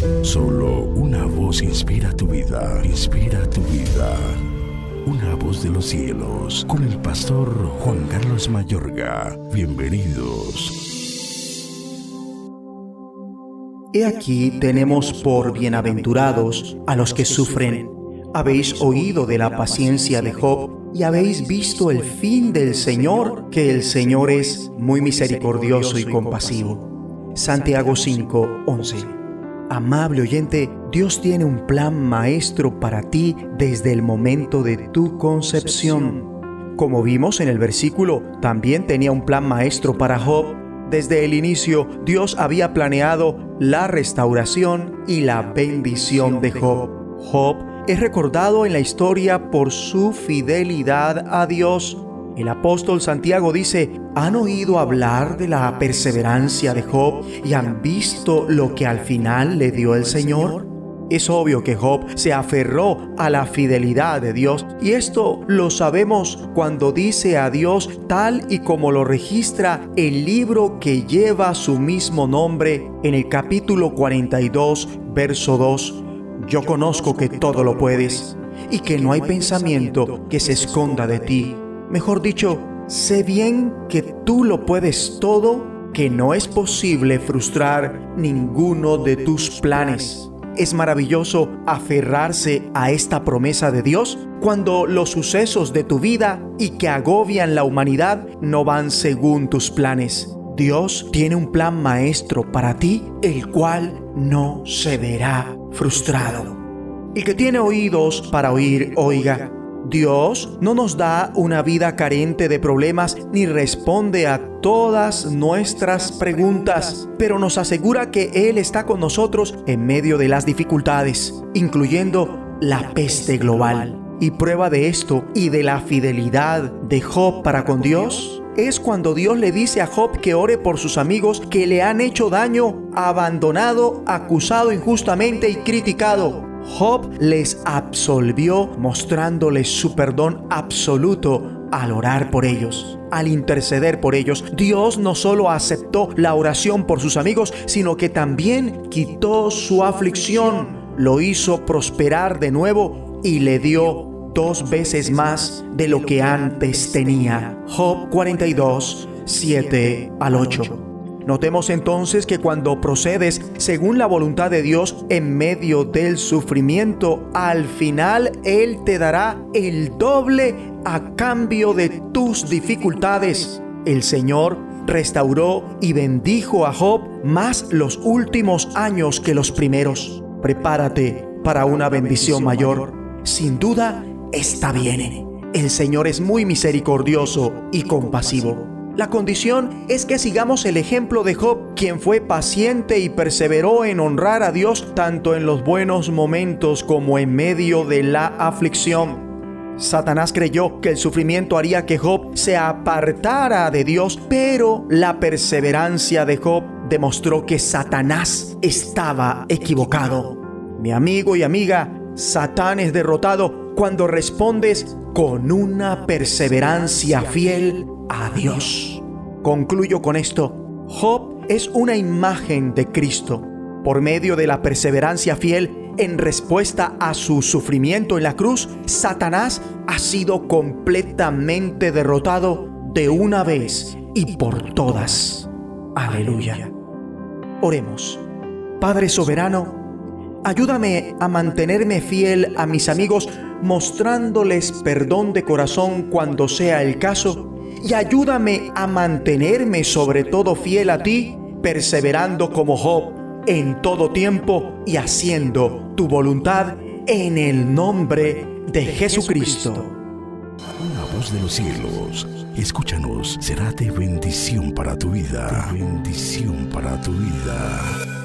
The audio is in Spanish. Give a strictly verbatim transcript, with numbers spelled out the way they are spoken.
Solo una voz inspira tu vida, inspira tu vida. Una voz de los cielos, con el pastor Juan Carlos Mayorga. Bienvenidos. He aquí tenemos por bienaventurados a los que sufren. Habéis oído de la paciencia de Job y habéis visto el fin del Señor, que el Señor es muy misericordioso y compasivo. Santiago cinco, once. Amable oyente, Dios tiene un plan maestro para ti desde el momento de tu concepción. Como vimos en el versículo, también tenía un plan maestro para Job. Desde el inicio, Dios había planeado la restauración y la bendición de Job. Job es recordado en la historia por su fidelidad a Dios. El apóstol Santiago dice: ¿Han oído hablar de la perseverancia de Job y han visto lo que al final le dio el Señor? Es obvio que Job se aferró a la fidelidad de Dios, y esto lo sabemos cuando dice a Dios tal y como lo registra el libro que lleva su mismo nombre en el capítulo cuarenta y dos, verso dos. Yo conozco que todo lo puedes y que no hay pensamiento que se esconda de ti. Mejor dicho, sé bien que tú lo puedes todo, que no es posible frustrar ninguno de tus planes. Es maravilloso aferrarse a esta promesa de Dios cuando los sucesos de tu vida y que agobian la humanidad no van según tus planes. Dios tiene un plan maestro para ti, el cual no se verá frustrado. El que tiene oídos para oír, oiga. Dios no nos da una vida carente de problemas ni responde a todas nuestras preguntas, pero nos asegura que Él está con nosotros en medio de las dificultades, incluyendo la peste global. Y prueba de esto y de la fidelidad de Job para con Dios es cuando Dios le dice a Job que ore por sus amigos que le han hecho daño, abandonado, acusado injustamente y criticado. Job les absolvió mostrándoles su perdón absoluto al orar por ellos, al interceder por ellos. Dios no solo aceptó la oración por sus amigos, sino que también quitó su aflicción, lo hizo prosperar de nuevo y le dio dos veces más de lo que antes tenía. Job cuarenta y dos, siete al ocho. Notemos entonces que cuando procedes según la voluntad de Dios en medio del sufrimiento, al final Él te dará el doble a cambio de tus dificultades. El Señor restauró y bendijo a Job más los últimos años que los primeros. Prepárate para una bendición mayor. Sin duda, esta viene. El Señor es muy misericordioso y compasivo. La condición es que sigamos el ejemplo de Job, quien fue paciente y perseveró en honrar a Dios tanto en los buenos momentos como en medio de la aflicción. Satanás creyó que el sufrimiento haría que Job se apartara de Dios, pero la perseverancia de Job demostró que Satanás estaba equivocado. Mi amigo y amiga, Satán es derrotado cuando respondes con una perseverancia fiel a Dios. Concluyo con esto. Job es una imagen de Cristo. Por medio de la perseverancia fiel en respuesta a su sufrimiento en la cruz, Satanás ha sido completamente derrotado de una vez y por todas. Aleluya. Oremos. Padre soberano, ayúdame a mantenerme fiel a mis amigos, mostrándoles perdón de corazón cuando sea el caso, y ayúdame a mantenerme sobre todo fiel a ti, perseverando como Job en todo tiempo y haciendo tu voluntad en el nombre de Jesucristo. Una voz de los cielos, escúchanos, será de bendición para tu vida. De bendición para tu vida.